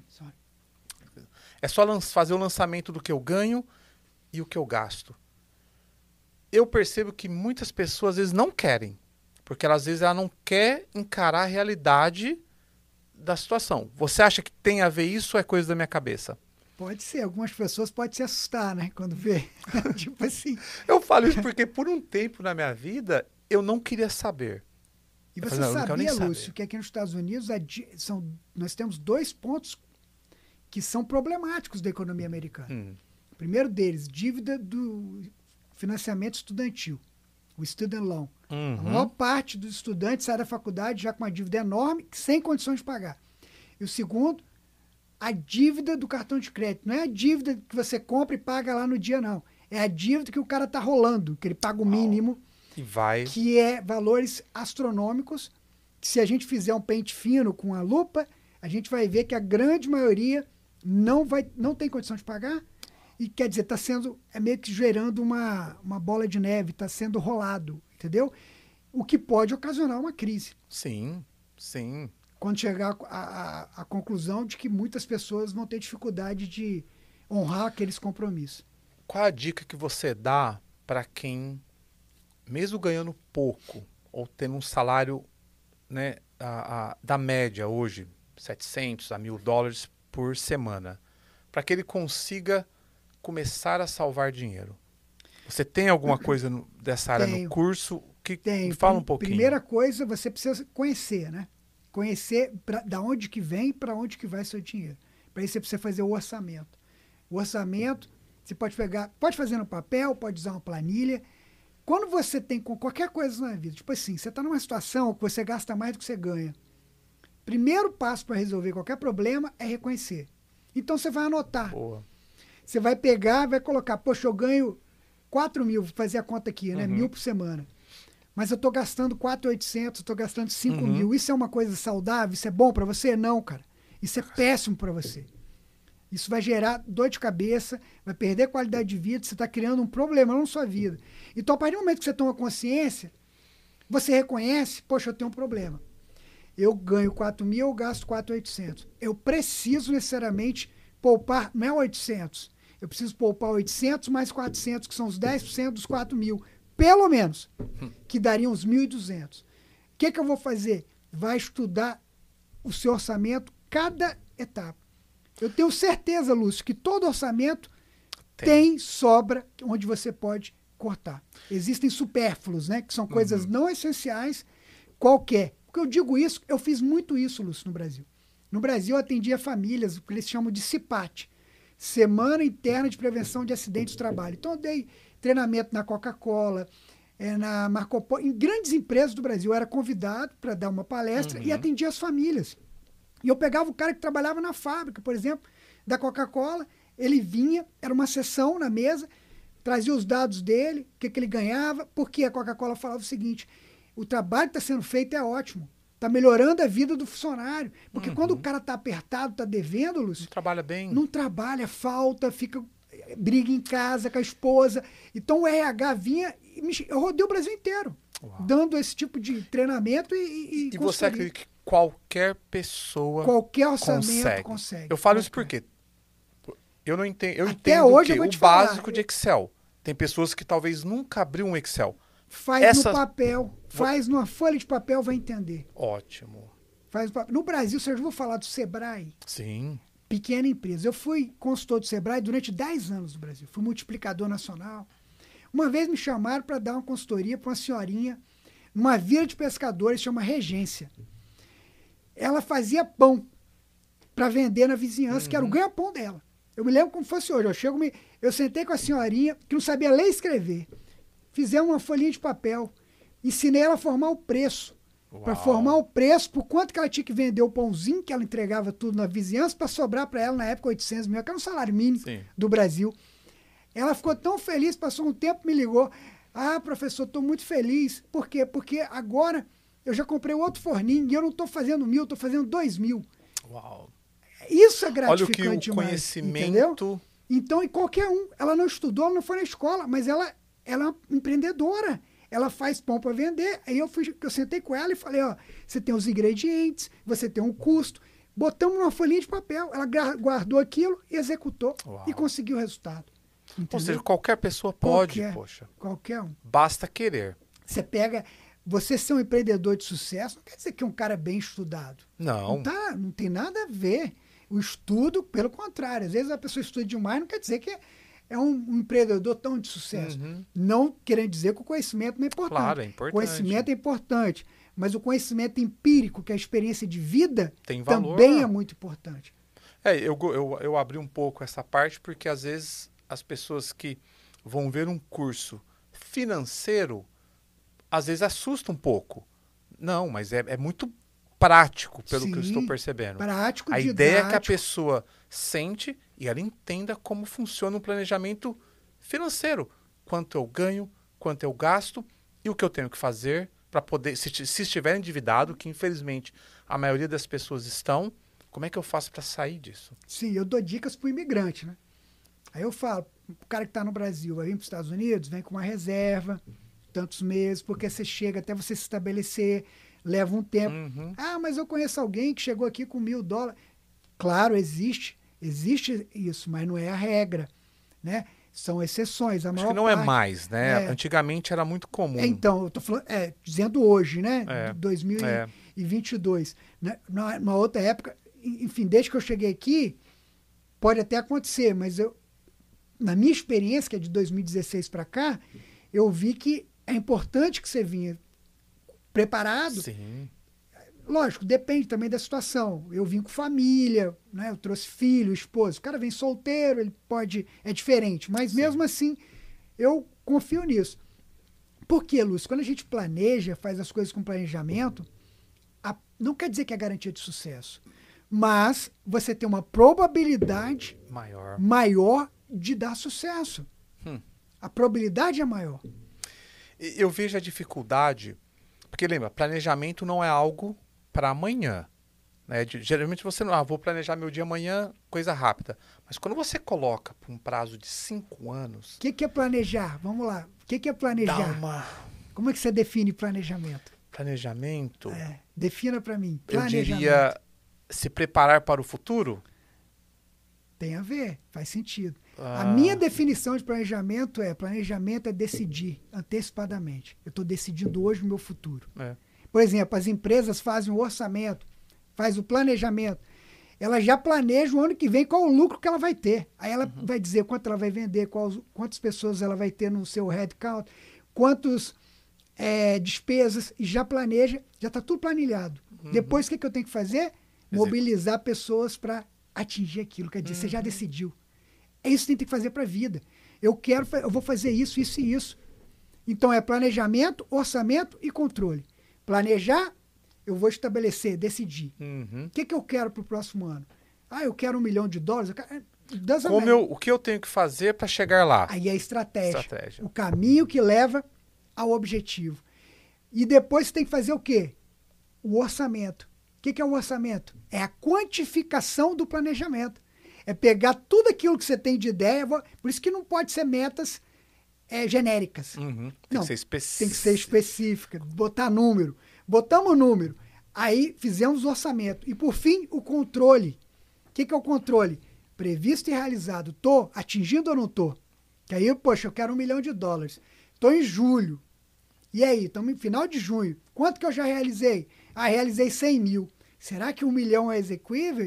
É só fazer o lançamento do que eu ganho e o que eu gasto. Eu percebo que muitas pessoas, às vezes, não querem. Porque, às vezes, ela não quer encarar a realidade da situação. Você acha que tem a ver isso ou é coisa da minha cabeça?
Pode ser. Algumas pessoas podem se assustar, né? Quando vê. Tipo assim.
Eu falo isso porque, por um tempo na minha vida, eu não queria saber.
E você sabia, Lúcio, que aqui nos Estados Unidos nós temos 2 pontos que são problemáticos da economia americana. O primeiro deles, dívida do financiamento estudantil, o student loan. A maior parte dos estudantes sai da faculdade já com uma dívida enorme, sem condições de pagar. E o segundo, a dívida do cartão de crédito. Não é a dívida que você compra e paga lá no dia, não. É a dívida que o cara está rolando, que ele paga o mínimo, que é valores astronômicos, que se a gente fizer um pente fino com a lupa, a gente vai ver que a grande maioria não tem condição de pagar, e quer dizer, é meio que gerando uma bola de neve, está sendo rolado, entendeu? O que pode ocasionar uma crise.
Sim, sim.
Quando chegar à conclusão de que muitas pessoas vão ter dificuldade de honrar aqueles compromissos.
Qual a dica que você dá para quem, mesmo ganhando pouco, ou tendo um salário, né, da média hoje, 700 a $1.000 por semana, para que ele consiga começar a salvar dinheiro? Você tem alguma coisa dessa área no curso?
Tenho.
Fala um pouquinho.
Primeira coisa, você precisa conhecer, né? Conhecer da onde que vem, para onde que vai seu dinheiro. Para isso você precisa fazer o orçamento. O orçamento, você pode fazer no papel, pode usar uma planilha. Quando você tem com qualquer coisa na vida, tipo assim, você está numa situação que você gasta mais do que você ganha. Primeiro passo para resolver qualquer problema é reconhecer. Então você vai anotar.
Boa.
Você vai pegar, vai colocar, poxa, eu ganho 4 mil, vou fazer a conta aqui, né? 1.000 por semana. Mas eu estou gastando 4.800, estou gastando 5 mil. Isso é uma coisa saudável? Isso é bom para você? Não, cara. Isso é péssimo para você. Isso vai gerar dor de cabeça, vai perder qualidade de vida, você está criando um problema na sua vida. Então, a partir do momento que você toma consciência, você reconhece, poxa, eu tenho um problema. Eu ganho 4 mil, eu gasto 4.800. Eu preciso necessariamente poupar, não é 800. Eu preciso poupar 800 mais 400, que são os 10% dos 4 mil. Pelo menos, que dariam uns 1.200. O que eu vou fazer? Vai estudar o seu orçamento, cada etapa. Eu tenho certeza, Lúcio, que todo orçamento tem sobra onde você pode cortar. Existem supérfluos, né? Que são coisas não essenciais, qualquer. Porque eu digo isso, eu fiz muito isso, Lúcio, no Brasil. No Brasil, eu atendia famílias, o que eles chamam de CIPAT, Semana Interna de Prevenção de Acidentes do Trabalho. Então, eu dei treinamento na Coca-Cola, na Marco Polo, em grandes empresas do Brasil. Eu era convidado para dar uma palestra e atendia as famílias. E eu pegava o cara que trabalhava na fábrica, por exemplo, da Coca-Cola, ele vinha, era uma sessão na mesa, trazia os dados dele, o que ele ganhava, porque a Coca-Cola falava o seguinte, o trabalho que está sendo feito é ótimo, está melhorando a vida do funcionário, porque quando o cara está apertado, está devendo, Lúcio...
Não trabalha bem.
Não trabalha, falta, briga em casa com a esposa. Então o RH vinha, eu rodei o Brasil inteiro, dando esse tipo de treinamento e
você acredita que qualquer pessoa
qualquer orçamento consegue.
Eu falo isso porque eu não entendo. Eu
Até
entendo
hoje
o
eu vou
básico de Excel. Tem pessoas que talvez nunca abriu um Excel.
Faz no papel, faz numa folha de papel, vai entender.
Ótimo.
No Brasil, Sérgio, eu vou falar do Sebrae.
Sim.
Pequena empresa. Eu fui consultor do Sebrae durante 10 anos no Brasil. Fui multiplicador nacional. Uma vez me chamaram para dar uma consultoria para uma senhorinha numa vila de pescadores, chama Regência. Ela fazia pão para vender na vizinhança, que era o ganha-pão dela. Eu me lembro como fosse hoje. Eu sentei com a senhorinha, que não sabia ler e escrever. Fizemos uma folhinha de papel. Ensinei ela a formar o preço. Para formar o preço, por quanto que ela tinha que vender o pãozinho, que ela entregava tudo na vizinhança, para sobrar para ela, na época, 800 mil, que era um salário mínimo do Brasil. Ela ficou tão feliz, passou um tempo, me ligou. Ah, professor, estou muito feliz. Por quê? Porque agora eu já comprei outro forninho e eu não estou fazendo 1.000, estou fazendo 2.000.
Uau!
Isso é gratificante
demais. Olha o que o conhecimento...
Entendeu? Então, e qualquer um, ela não estudou, ela não foi na escola, mas ela é uma empreendedora. Ela faz pão para vender. Aí eu sentei com ela e falei, ó, você tem os ingredientes, você tem um custo. Botamos numa folhinha de papel. Ela guardou aquilo, executou e conseguiu o resultado. Entendeu?
Ou seja, qualquer pessoa pode, poxa.
Qualquer um.
Basta querer.
Você ser um empreendedor de sucesso não quer dizer que é um cara bem estudado.
Não.
Não tem nada a ver. O estudo, pelo contrário. Às vezes a pessoa estuda demais, não quer dizer que é um empreendedor tão de sucesso. Não querendo dizer que o conhecimento não é importante.
Claro, é importante.
O conhecimento é importante. Mas o conhecimento empírico, que é a experiência de vida,
tem valor.
Também é muito importante.
Eu abri um pouco essa parte porque, às vezes, as pessoas que vão ver um curso financeiro, às vezes assusta um pouco. Não, mas é muito prático, pelo que eu estou percebendo.
Prático,
a
didático.
Ideia é que a pessoa sente e ela entenda como funciona um planejamento financeiro. Quanto eu ganho, quanto eu gasto e o que eu tenho que fazer para poder, se estiver endividado, que infelizmente a maioria das pessoas estão, como é que eu faço para sair disso?
Sim, eu dou dicas para o imigrante, né? Aí eu falo, o cara que está no Brasil vai vir para os Estados Unidos, vem com uma reserva, tantos meses, porque você chega até você se estabelecer, leva um tempo. Ah, mas eu conheço alguém que chegou aqui com $1.000. Claro, existe isso, mas não é a regra, né? São exceções.
Acho que não é mais, né? Antigamente era muito comum.
Então, eu estou falando, dizendo hoje, né? 2022. Né? Numa outra época, enfim, desde que eu cheguei aqui, pode até acontecer, mas na minha experiência, que é de 2016 para cá, eu vi que é importante que você vinha preparado.
Sim.
Lógico, depende também da situação. Eu vim com família, né? Eu trouxe filho, esposa. O cara vem solteiro, ele pode... É diferente. Mas mesmo assim, eu confio nisso. Por quê, Lúcio? Quando a gente planeja, faz as coisas com planejamento, não quer dizer que é garantia de sucesso, mas você tem uma probabilidade maior de dar sucesso. A probabilidade é maior.
Eu vejo a dificuldade, porque lembra, planejamento não é algo para amanhã. Né? Geralmente você não, vou planejar meu dia amanhã, coisa rápida. Mas quando você coloca para um prazo de 5 anos...
O que é planejar? Vamos lá. O que é planejar? Como é que você define planejamento?
Planejamento?
Defina para mim.
Eu diria se preparar para o futuro?
Tem a ver, faz sentido. A minha definição de planejamento é decidir antecipadamente. Eu estou decidindo hoje o meu futuro. Por exemplo, as empresas fazem o orçamento, faz o planejamento. Ela já planeja o ano que vem qual o lucro que ela vai ter. Aí ela vai dizer quanto ela vai vender, quantas pessoas ela vai ter no seu headcount, quantas despesas, e já planeja, já está tudo planilhado. Depois, o que eu tenho que fazer? Mobilizar pessoas para atingir aquilo. Quer dizer, você já decidiu. É isso que você tem que fazer para a vida. Eu vou fazer isso, isso e isso. Então, é planejamento, orçamento e controle. Planejar, eu vou estabelecer, decidir. O que eu quero para o próximo ano? Eu quero $1 milhão.
O que eu tenho que fazer para chegar lá?
Aí é a estratégia. O caminho que leva ao objetivo. E depois você tem que fazer o quê? O orçamento. O que é o orçamento? É a quantificação do planejamento. É pegar tudo aquilo que você tem de ideia, por isso que não pode ser metas genéricas.
Tem que ser específica.
Tem que ser específica, botar número. Botamos número, aí fizemos o orçamento. E, por fim, o controle. O que é o controle? Previsto e realizado. Estou atingindo ou não estou? Que aí, poxa, eu quero $1 milhão. Estou em julho. E aí, estamos em final de junho. Quanto que eu já realizei? Realizei 100 mil. Será que 1 milhão é execuível?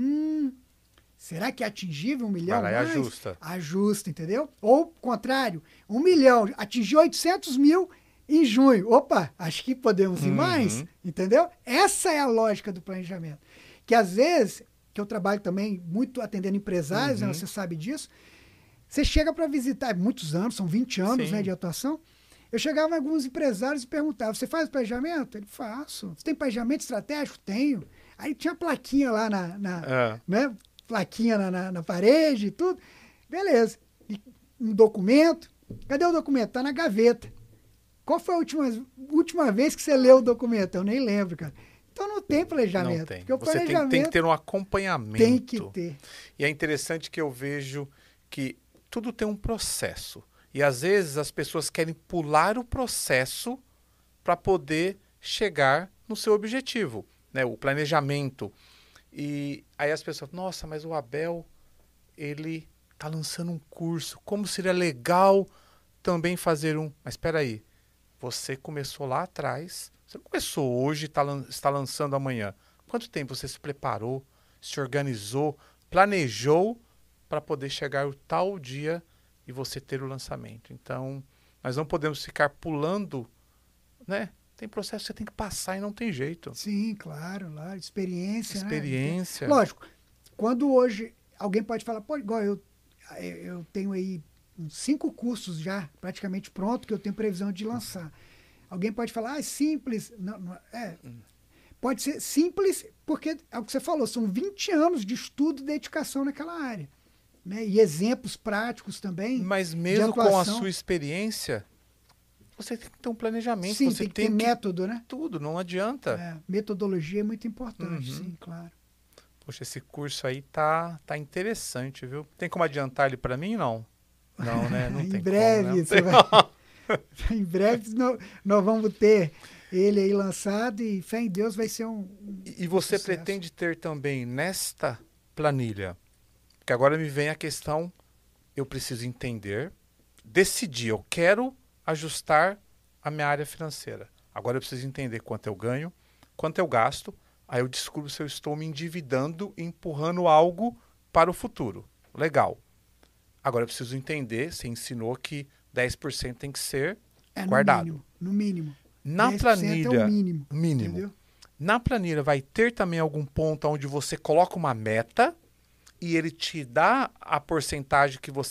Será que é atingível 1 milhão?
Vai lá e ajusta.
Ajusta, entendeu? Ou, contrário, 1 milhão, atingiu 800 mil em junho. Opa, acho que podemos ir mais, entendeu? Essa é a lógica do planejamento. Que às vezes, que eu trabalho também muito atendendo empresários, né, você sabe disso, você chega para visitar, muitos anos, são 20 anos de atuação, eu chegava em alguns empresários e perguntava, você faz planejamento? Ele, faço. Você tem planejamento estratégico? Tenho. Aí tinha plaquinha lá né? Plaquinha na parede e tudo. Beleza. E um documento. Cadê o documento? Tá na gaveta. Qual foi a última vez que você leu o documento? Eu nem lembro, cara. Então não tem planejamento.
Não tem.
Porque o
você
planejamento
tem que ter um acompanhamento.
Tem que ter.
E é interessante que eu vejo que tudo tem um processo. E às vezes as pessoas querem pular o processo para poder chegar no seu objetivo, né? O planejamento. E aí as pessoas, nossa, mas o Abel, ele está lançando um curso. Como seria legal também fazer um... Mas espera aí, você começou lá atrás, você não começou hoje e está lançando amanhã. Quanto tempo você se preparou, se organizou, planejou para poder chegar o tal dia e você ter o lançamento? Então, nós não podemos ficar pulando, né? Tem processo que você tem que passar e não tem jeito.
Sim, claro. Experiência.
Experiência.
Né? Lógico, quando hoje alguém pode falar, pô, igual eu tenho aí 5 cursos já praticamente pronto que eu tenho previsão de lançar. Alguém pode falar, é simples. Não, pode ser simples porque é o que você falou, são 20 anos de estudo e dedicação naquela área. Né? E exemplos práticos também.
Mas mesmo com a sua experiência, você tem que ter um planejamento.
Sim,
você
tem que ter método, né?
Tudo, não adianta.
Metodologia é muito importante, sim, claro.
Poxa, esse curso aí tá interessante, viu? Tem como adiantar ele para mim, não? Não, né? Não tem
em breve,
como, né?
Em breve nós vamos ter ele aí lançado e fé em Deus vai ser
E você
sucesso.
Pretende ter também nesta planilha, porque agora me vem a questão, eu preciso entender, decidir, eu quero ajustar a minha área financeira. Agora eu preciso entender quanto eu ganho, quanto eu gasto, aí eu descubro se eu estou me endividando e empurrando algo para o futuro. Legal. Agora eu preciso entender, você ensinou que 10% tem que ser guardado.
No mínimo.
Na planilha,
é o mínimo.
Entendeu? Na planilha vai ter também algum ponto onde você coloca uma meta e ele te dá a porcentagem que você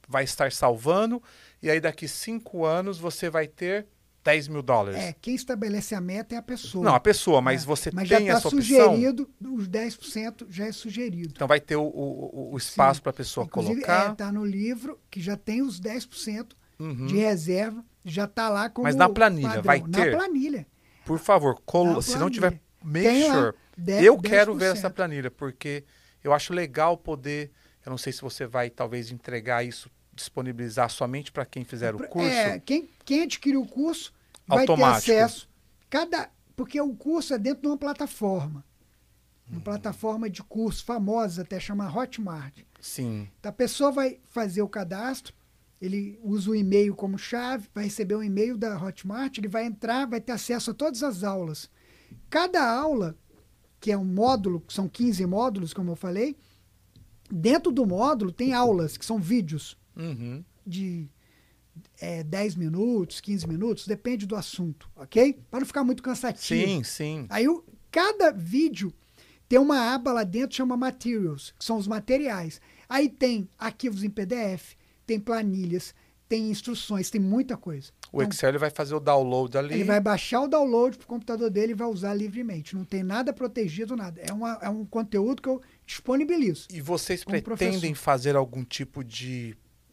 vai estar salvando, e aí daqui 5 anos você vai ter $10 mil.
Quem estabelece a meta é a pessoa.
Não, a pessoa, mas você
mas
tem
já
essa opção.
sugerido, os 10% já é sugerido.
Então vai ter o espaço para a pessoa
Inclusive,
colocar.
Está no livro que já tem os 10% de reserva, já está lá como
Mas na planilha,
padrão.
vai ter?
Na planilha.
Por favor, se não tiver, make sure. Eu quero ver essa planilha, porque eu acho legal poder, eu não sei se você vai talvez entregar isso, disponibilizar somente para quem fizer o curso.
Quem adquirir o curso vai
automático.
ter acesso. Porque o curso é dentro de uma plataforma. Uma plataforma de curso famosa, até chama Hotmart.
Sim.
Então, a pessoa vai fazer o cadastro, ele usa o e-mail como chave, vai receber um e-mail da Hotmart, ele vai entrar, vai ter acesso a todas as aulas. Cada aula, que é um módulo, que são 15 módulos, como eu falei, dentro do módulo tem aulas, que são vídeos de 10 minutos, 15 minutos, depende do assunto, ok? Para não ficar muito cansativo.
Sim, sim.
Aí cada vídeo tem uma aba lá dentro que chama Materials, que são os materiais. Aí tem arquivos em PDF, tem planilhas, tem instruções, tem muita coisa.
O Excel ele vai fazer o download ali.
Ele vai baixar o download para o computador dele e vai usar livremente. Não tem nada protegido, nada. É um conteúdo que eu disponibilizo.
E vocês pretendem fazer algum tipo de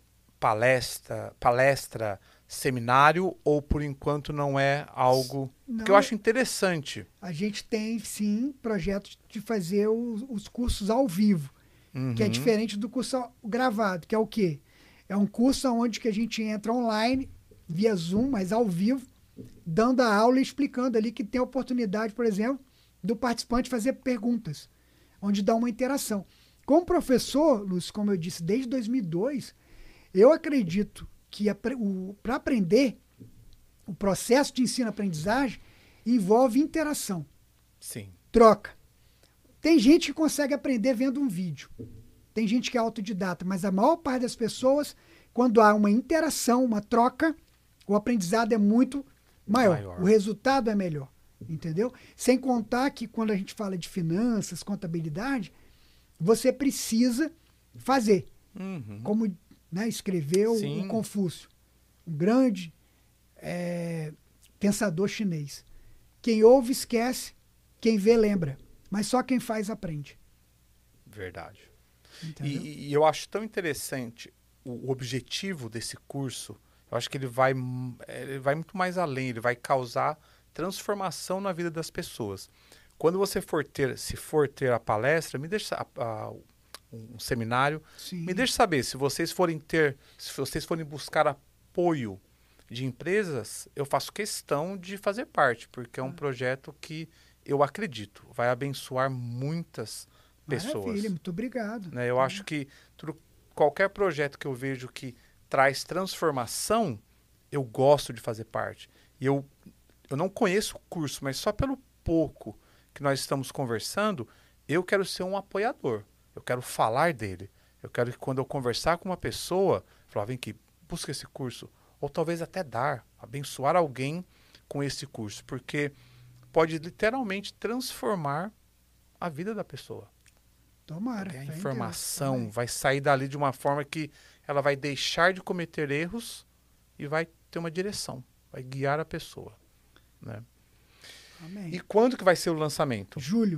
palestra, seminário, ou por enquanto não é algo que eu acho interessante?
A gente tem, sim, projetos de fazer os cursos ao vivo, que é diferente do curso gravado, que é o quê? É um curso onde que a gente entra online, via Zoom, mas ao vivo, dando a aula e explicando ali que tem a oportunidade, por exemplo, do participante fazer perguntas, onde dá uma interação. Como professor, Lúcio, como eu disse, desde 2002, eu acredito que para aprender, o processo de ensino-aprendizagem envolve interação.
Sim.
Troca. Tem gente que consegue aprender vendo um vídeo. Tem gente que é autodidata, mas a maior parte das pessoas, quando há uma interação, uma troca, o aprendizado é muito maior. O resultado é melhor, entendeu? Sem contar que quando a gente fala de finanças, contabilidade, você precisa fazer. Como escreveu o Confúcio, um grande pensador chinês. Quem ouve esquece, quem vê lembra, mas só quem faz aprende.
Verdade. E eu acho tão interessante o objetivo desse curso. Eu acho que ele vai muito mais além, ele vai causar transformação na vida das pessoas. Quando você se for ter a palestra, me deixa um seminário, me deixe saber, se vocês forem buscar apoio de empresas, eu faço questão de fazer parte, porque é um projeto que eu acredito, vai abençoar muitas pessoas.
Maravilha, muito obrigado.
Né? Eu acho que qualquer projeto que eu vejo que traz transformação, eu gosto de fazer parte. E eu não conheço o curso, mas só pelo pouco que nós estamos conversando, eu quero ser um apoiador. Eu quero falar dele. Eu quero que quando eu conversar com uma pessoa, falar, vem aqui, busca esse curso. Ou talvez até abençoar alguém com esse curso. Porque pode literalmente transformar a vida da pessoa.
Tomara.
Porque a informação vai sair dali de uma forma que ela vai deixar de cometer erros e vai ter uma direção. Vai guiar a pessoa. Né?
Amém.
E quando que vai ser o lançamento?
Julho.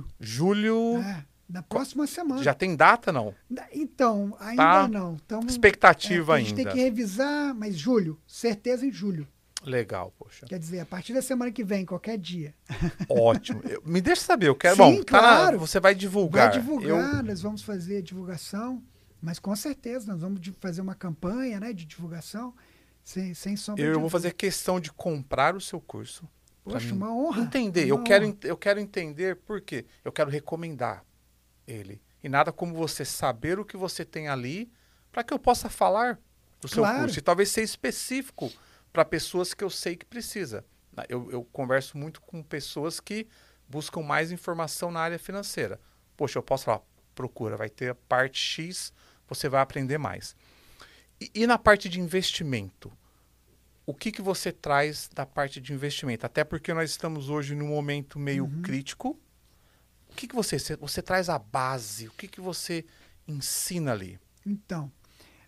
Na próxima semana.
Já tem data, não?
Então, ainda não.
Expectativa ainda.
A gente tem que revisar, mas julho. Certeza em julho.
Legal, poxa.
Quer dizer, a partir da semana que vem, qualquer dia.
Ótimo. Me deixa saber, eu quero...
Sim,
bom,
claro.
Você vai divulgar.
Vai divulgar, nós vamos fazer divulgação, mas com certeza nós vamos fazer uma campanha, de divulgação, sem sombra de dúvida.
Eu vou fazer questão de comprar o seu curso.
Poxa, uma honra.
Entender. Eu quero entender por quê. Eu quero recomendar ele. E nada como você saber o que você tem ali para que eu possa falar do seu curso. E talvez ser específico para pessoas que eu sei que precisa. Eu converso muito com pessoas que buscam mais informação na área financeira. Poxa, eu posso falar, procura, vai ter a parte X, você vai aprender mais. E na parte de investimento? O que você traz da parte de investimento? Até porque nós estamos hoje num momento meio crítico. O que você traz a base? O que você ensina ali?
Então,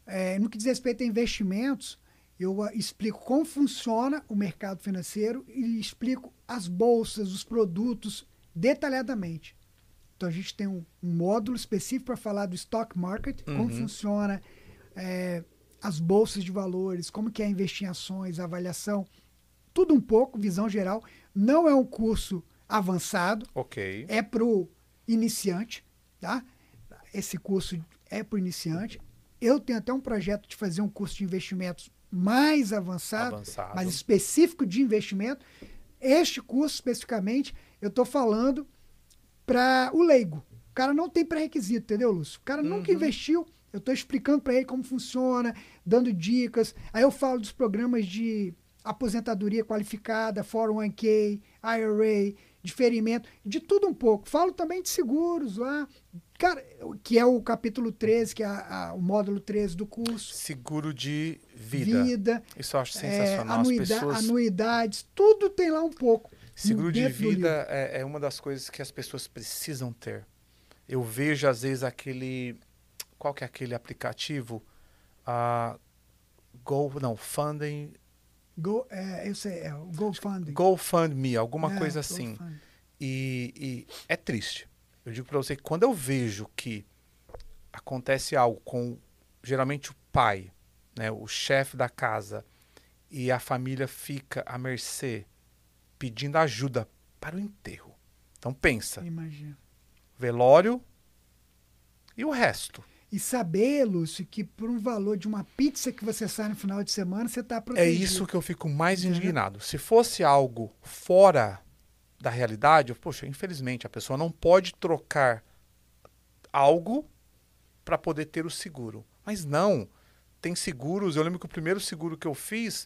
no que diz respeito a investimentos, eu explico como funciona o mercado financeiro e explico as bolsas, os produtos detalhadamente. Então, a gente tem um módulo específico para falar do stock market, como funciona as bolsas de valores, como que é investir em ações, avaliação, tudo um pouco, visão geral. Não é um curso avançado, é para o iniciante, tá? Esse curso é para o iniciante. Eu tenho até um projeto de fazer um curso de investimentos mais avançado, mais específico de investimento. Este curso, especificamente, eu estou falando para o leigo. O cara não tem pré-requisito, entendeu, Lúcio? O cara nunca investiu. Eu estou explicando para ele como funciona, dando dicas. Aí eu falo dos programas de aposentadoria qualificada, 401k, IRA, diferimento, de tudo um pouco. Falo também de seguros lá, cara, que é o capítulo 13, que é o módulo 13 do curso.
Seguro de vida. Isso eu acho sensacional.
Anuidades, tudo tem lá um pouco.
Seguro de vida é uma das coisas que as pessoas precisam ter. Eu vejo, às vezes, qual que é aquele aplicativo? Funding...
eu sei, o GoFundMe.
GoFundMe, alguma coisa assim. E é triste. Eu digo para você que quando eu vejo que acontece algo com, geralmente, o pai, né, o chefe da casa, e a família fica à mercê, pedindo ajuda para o enterro. Então, pensa.
Imagina.
Velório e o resto.
E saber, Lúcio, que por um valor de uma pizza que você sai no final de semana, você está protegido.
É isso que eu fico mais indignado. Se fosse algo fora da realidade, poxa, infelizmente, a pessoa não pode trocar algo para poder ter o seguro. Mas não. Tem seguros. Eu lembro que o primeiro seguro que eu fiz,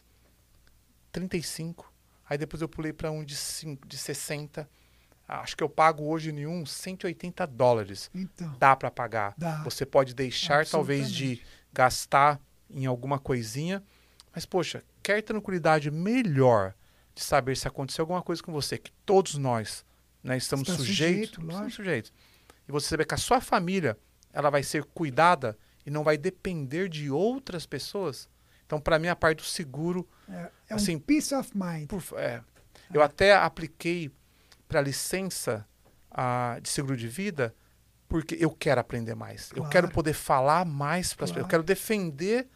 35. Aí depois eu pulei para um de 60. Acho que eu pago hoje em um $180.
Então,
dá para pagar.
Dá.
Você pode deixar, talvez, de gastar em alguma coisinha. Mas, poxa, quer tranquilidade melhor de saber se aconteceu alguma coisa com você, que todos nós, né, estamos sujeitos. E você saber que a sua família ela vai ser cuidada e não vai depender de outras pessoas. Então, para mim, a parte do seguro...
É assim, um peace of mind.
Eu até apliquei para licença de seguro de vida porque eu quero aprender mais. Claro. Eu quero poder falar mais para as pessoas. Eu quero defender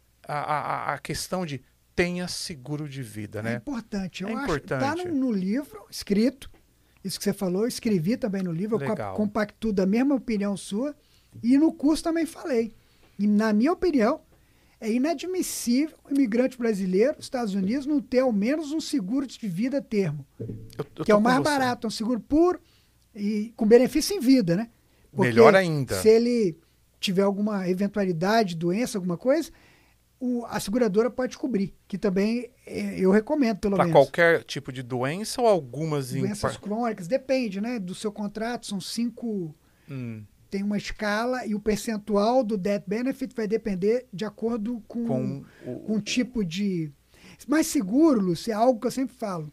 a questão de tenha seguro de vida. Né?
É importante.
Eu acho que
está no livro, escrito. Isso que você falou, eu escrevi também no livro.
Legal.
Eu compactuo da mesma opinião sua. E no curso também falei. E na minha opinião, é inadmissível o imigrante brasileiro nos Estados Unidos não ter ao menos um seguro de vida termo. Que é o mais barato, um seguro puro e com benefício em vida, né? Porque
melhor ainda.
Se ele tiver alguma eventualidade, doença, alguma coisa, a seguradora pode cobrir, que também eu recomendo, pelo menos.
Para qualquer tipo de doença ou algumas...
Doenças crônicas, depende, né? Do seu contrato, são 5... Tem uma escala e o percentual do death benefit vai depender de acordo com o tipo de... Mas seguro, Lúcio, é algo que eu sempre falo.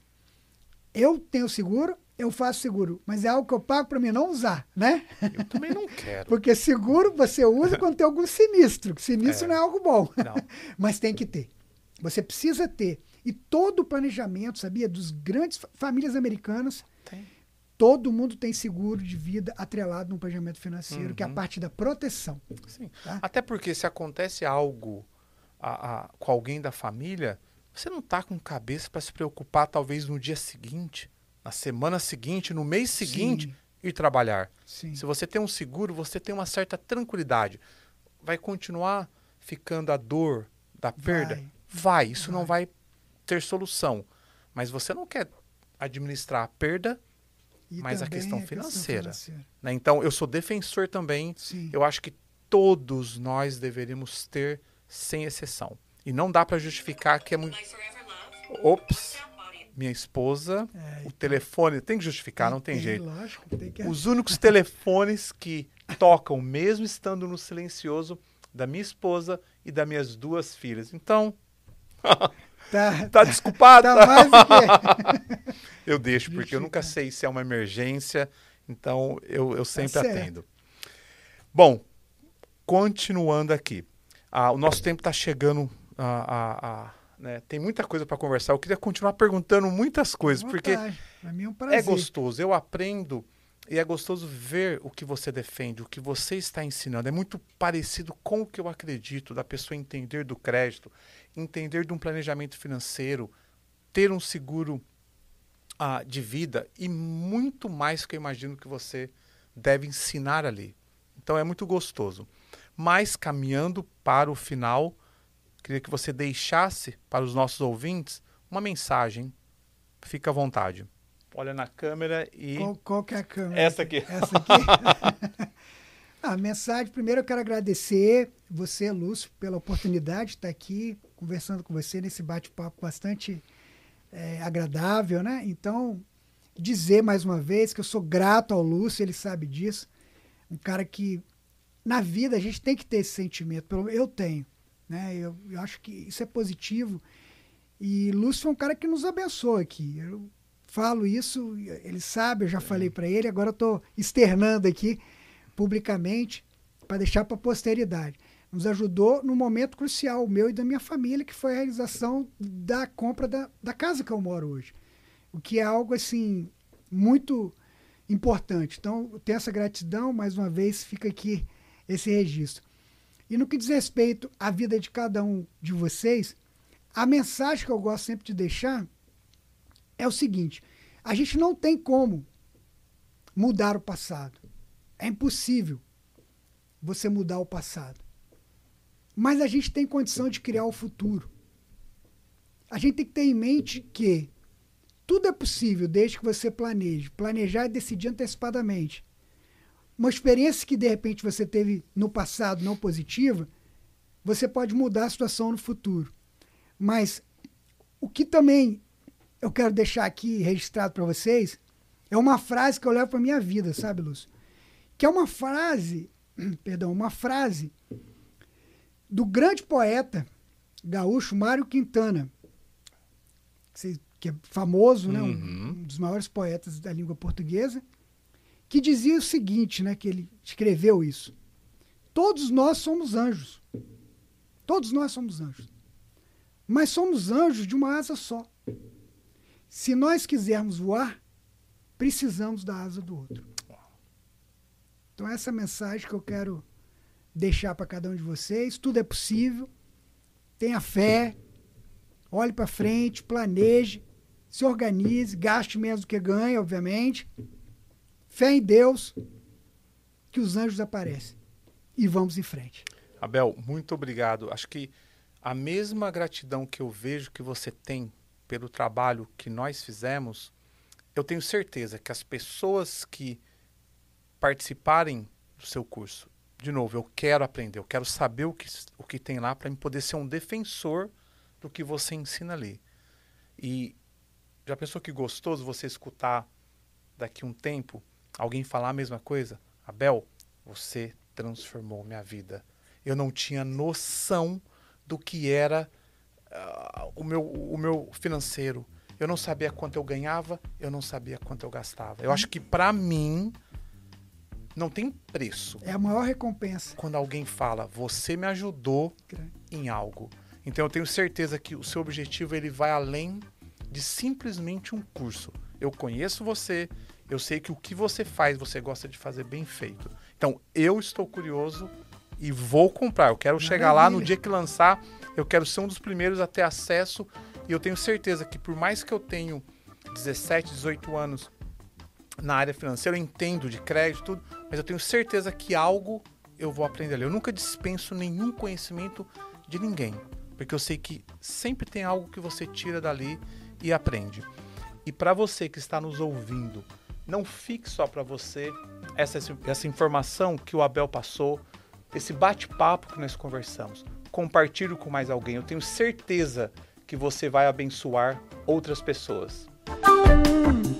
Eu tenho seguro, eu faço seguro, mas é algo que eu pago para mim não usar, né?
Eu também não quero.
Porque seguro você usa quando tem algum sinistro, que sinistro não é algo bom.
Não.
Mas tem que ter. Você precisa ter. E todo o planejamento, sabia, dos grandes famílias americanas...
Tem.
Todo mundo tem seguro de vida atrelado no planejamento financeiro, que é a parte da proteção.
Sim.
Tá?
Até porque se acontece algo com alguém da família, você não está com cabeça para se preocupar talvez no dia seguinte, na semana seguinte, no mês seguinte, ir trabalhar.
Sim.
Se você tem um seguro, você tem uma certa tranquilidade. Vai continuar ficando a dor da perda? Vai. Isso não vai ter solução. Mas você não quer administrar a perda, mas a questão financeira. Né? Então, eu sou defensor também.
Sim.
Eu acho que todos nós deveríamos ter, sem exceção. E não dá para justificar que é muito... Ops, minha esposa, o telefone... Tem que justificar, não tem jeito.
Lógico, tem que...
Os únicos telefones que tocam, mesmo estando no silencioso, da minha esposa e das minhas 2 filhas. Então... Tá desculpada.
Tá mais do que...
Eu deixo, porque eu nunca sei se é uma emergência, então eu sempre atendo. Bom, continuando aqui. O nosso tempo está chegando, né? Tem muita coisa para conversar. Eu queria continuar perguntando muitas coisas, porque
pra mim é um prazer.
É gostoso. Eu aprendo e é gostoso ver o que você defende, o que você está ensinando. É muito parecido com o que eu acredito, da pessoa entender do crédito, entender de um planejamento financeiro, ter um seguro de vida e muito mais que eu imagino que você deve ensinar ali. Então é muito gostoso. Mas caminhando para o final, queria que você deixasse para os nossos ouvintes uma mensagem. Fica à vontade. Olha na câmera e...
Qual que é a câmera?
Essa aqui.
Essa aqui? A mensagem, primeiro eu quero agradecer você, Lúcio, pela oportunidade de estar aqui conversando com você nesse bate-papo bastante agradável, né? Então, dizer mais uma vez que eu sou grato ao Lúcio, ele sabe disso. Um cara que, na vida, a gente tem que ter esse sentimento. Eu tenho, né? Eu acho que isso é positivo. E Lúcio é um cara que nos abençoa aqui. Eu falo isso, ele sabe, eu já falei para ele, agora eu estou externando aqui publicamente para deixar para a posteridade. Nos ajudou num momento crucial, o meu e da minha família, que foi a realização da compra da casa que eu moro hoje. O que é algo, assim, muito importante. Então, eu tenho essa gratidão, mais uma vez, fica aqui esse registro. E no que diz respeito à vida de cada um de vocês, a mensagem que eu gosto sempre de deixar é o seguinte: a gente não tem como mudar o passado. É impossível você mudar o passado. Mas a gente tem condição de criar o futuro. A gente tem que ter em mente que tudo é possível desde que você planeje. Planejar é decidir antecipadamente. Uma experiência que, de repente, você teve no passado não positiva, você pode mudar a situação no futuro. Mas o que também eu quero deixar aqui registrado para vocês é uma frase que eu levo para a minha vida, sabe, Lúcio? Que é uma frase do grande poeta gaúcho Mário Quintana, que é famoso, né? Um dos maiores poetas da língua portuguesa, que dizia o seguinte, né? Que ele escreveu isso: todos nós somos anjos. Todos nós somos anjos. Mas somos anjos de uma asa só. Se nós quisermos voar, precisamos da asa do outro. Então essa é a mensagem que eu quero deixar para cada um de vocês. Tudo é possível. Tenha fé. Olhe para frente, planeje, se organize, gaste menos do que ganha, obviamente. Fé em Deus, que os anjos aparecem. E vamos em frente.
Abel, muito obrigado. Acho que a mesma gratidão que eu vejo que você tem pelo trabalho que nós fizemos, eu tenho certeza que as pessoas que participarem do seu curso, de novo, eu quero aprender, eu quero saber o que tem lá para poder ser um defensor do que você ensina ali. E já pensou que gostoso você escutar daqui um tempo alguém falar a mesma coisa? Abel, você transformou minha vida. Eu não tinha noção do que era o meu financeiro. Eu não sabia quanto eu ganhava, eu não sabia quanto eu gastava. Eu acho que para mim não tem preço.
É a maior recompensa.
Quando alguém fala, você me ajudou em algo. Então eu tenho certeza que o seu objetivo ele vai além de simplesmente um curso. Eu conheço você, eu sei que o que você faz, você gosta de fazer bem feito. Então eu estou curioso e vou comprar. Eu quero chegar lá no dia que lançar, eu quero ser um dos primeiros a ter acesso. E eu tenho certeza que por mais que eu tenha 17, 18 anos na área financeira, eu entendo de crédito, tudo, mas eu tenho certeza que algo eu vou aprender ali. Eu nunca dispenso nenhum conhecimento de ninguém, porque eu sei que sempre tem algo que você tira dali e aprende. E para você que está nos ouvindo, não fique só para você essa informação que o Abel passou, esse bate-papo que nós conversamos. Compartilhe com mais alguém. Eu tenho certeza que você vai abençoar outras pessoas.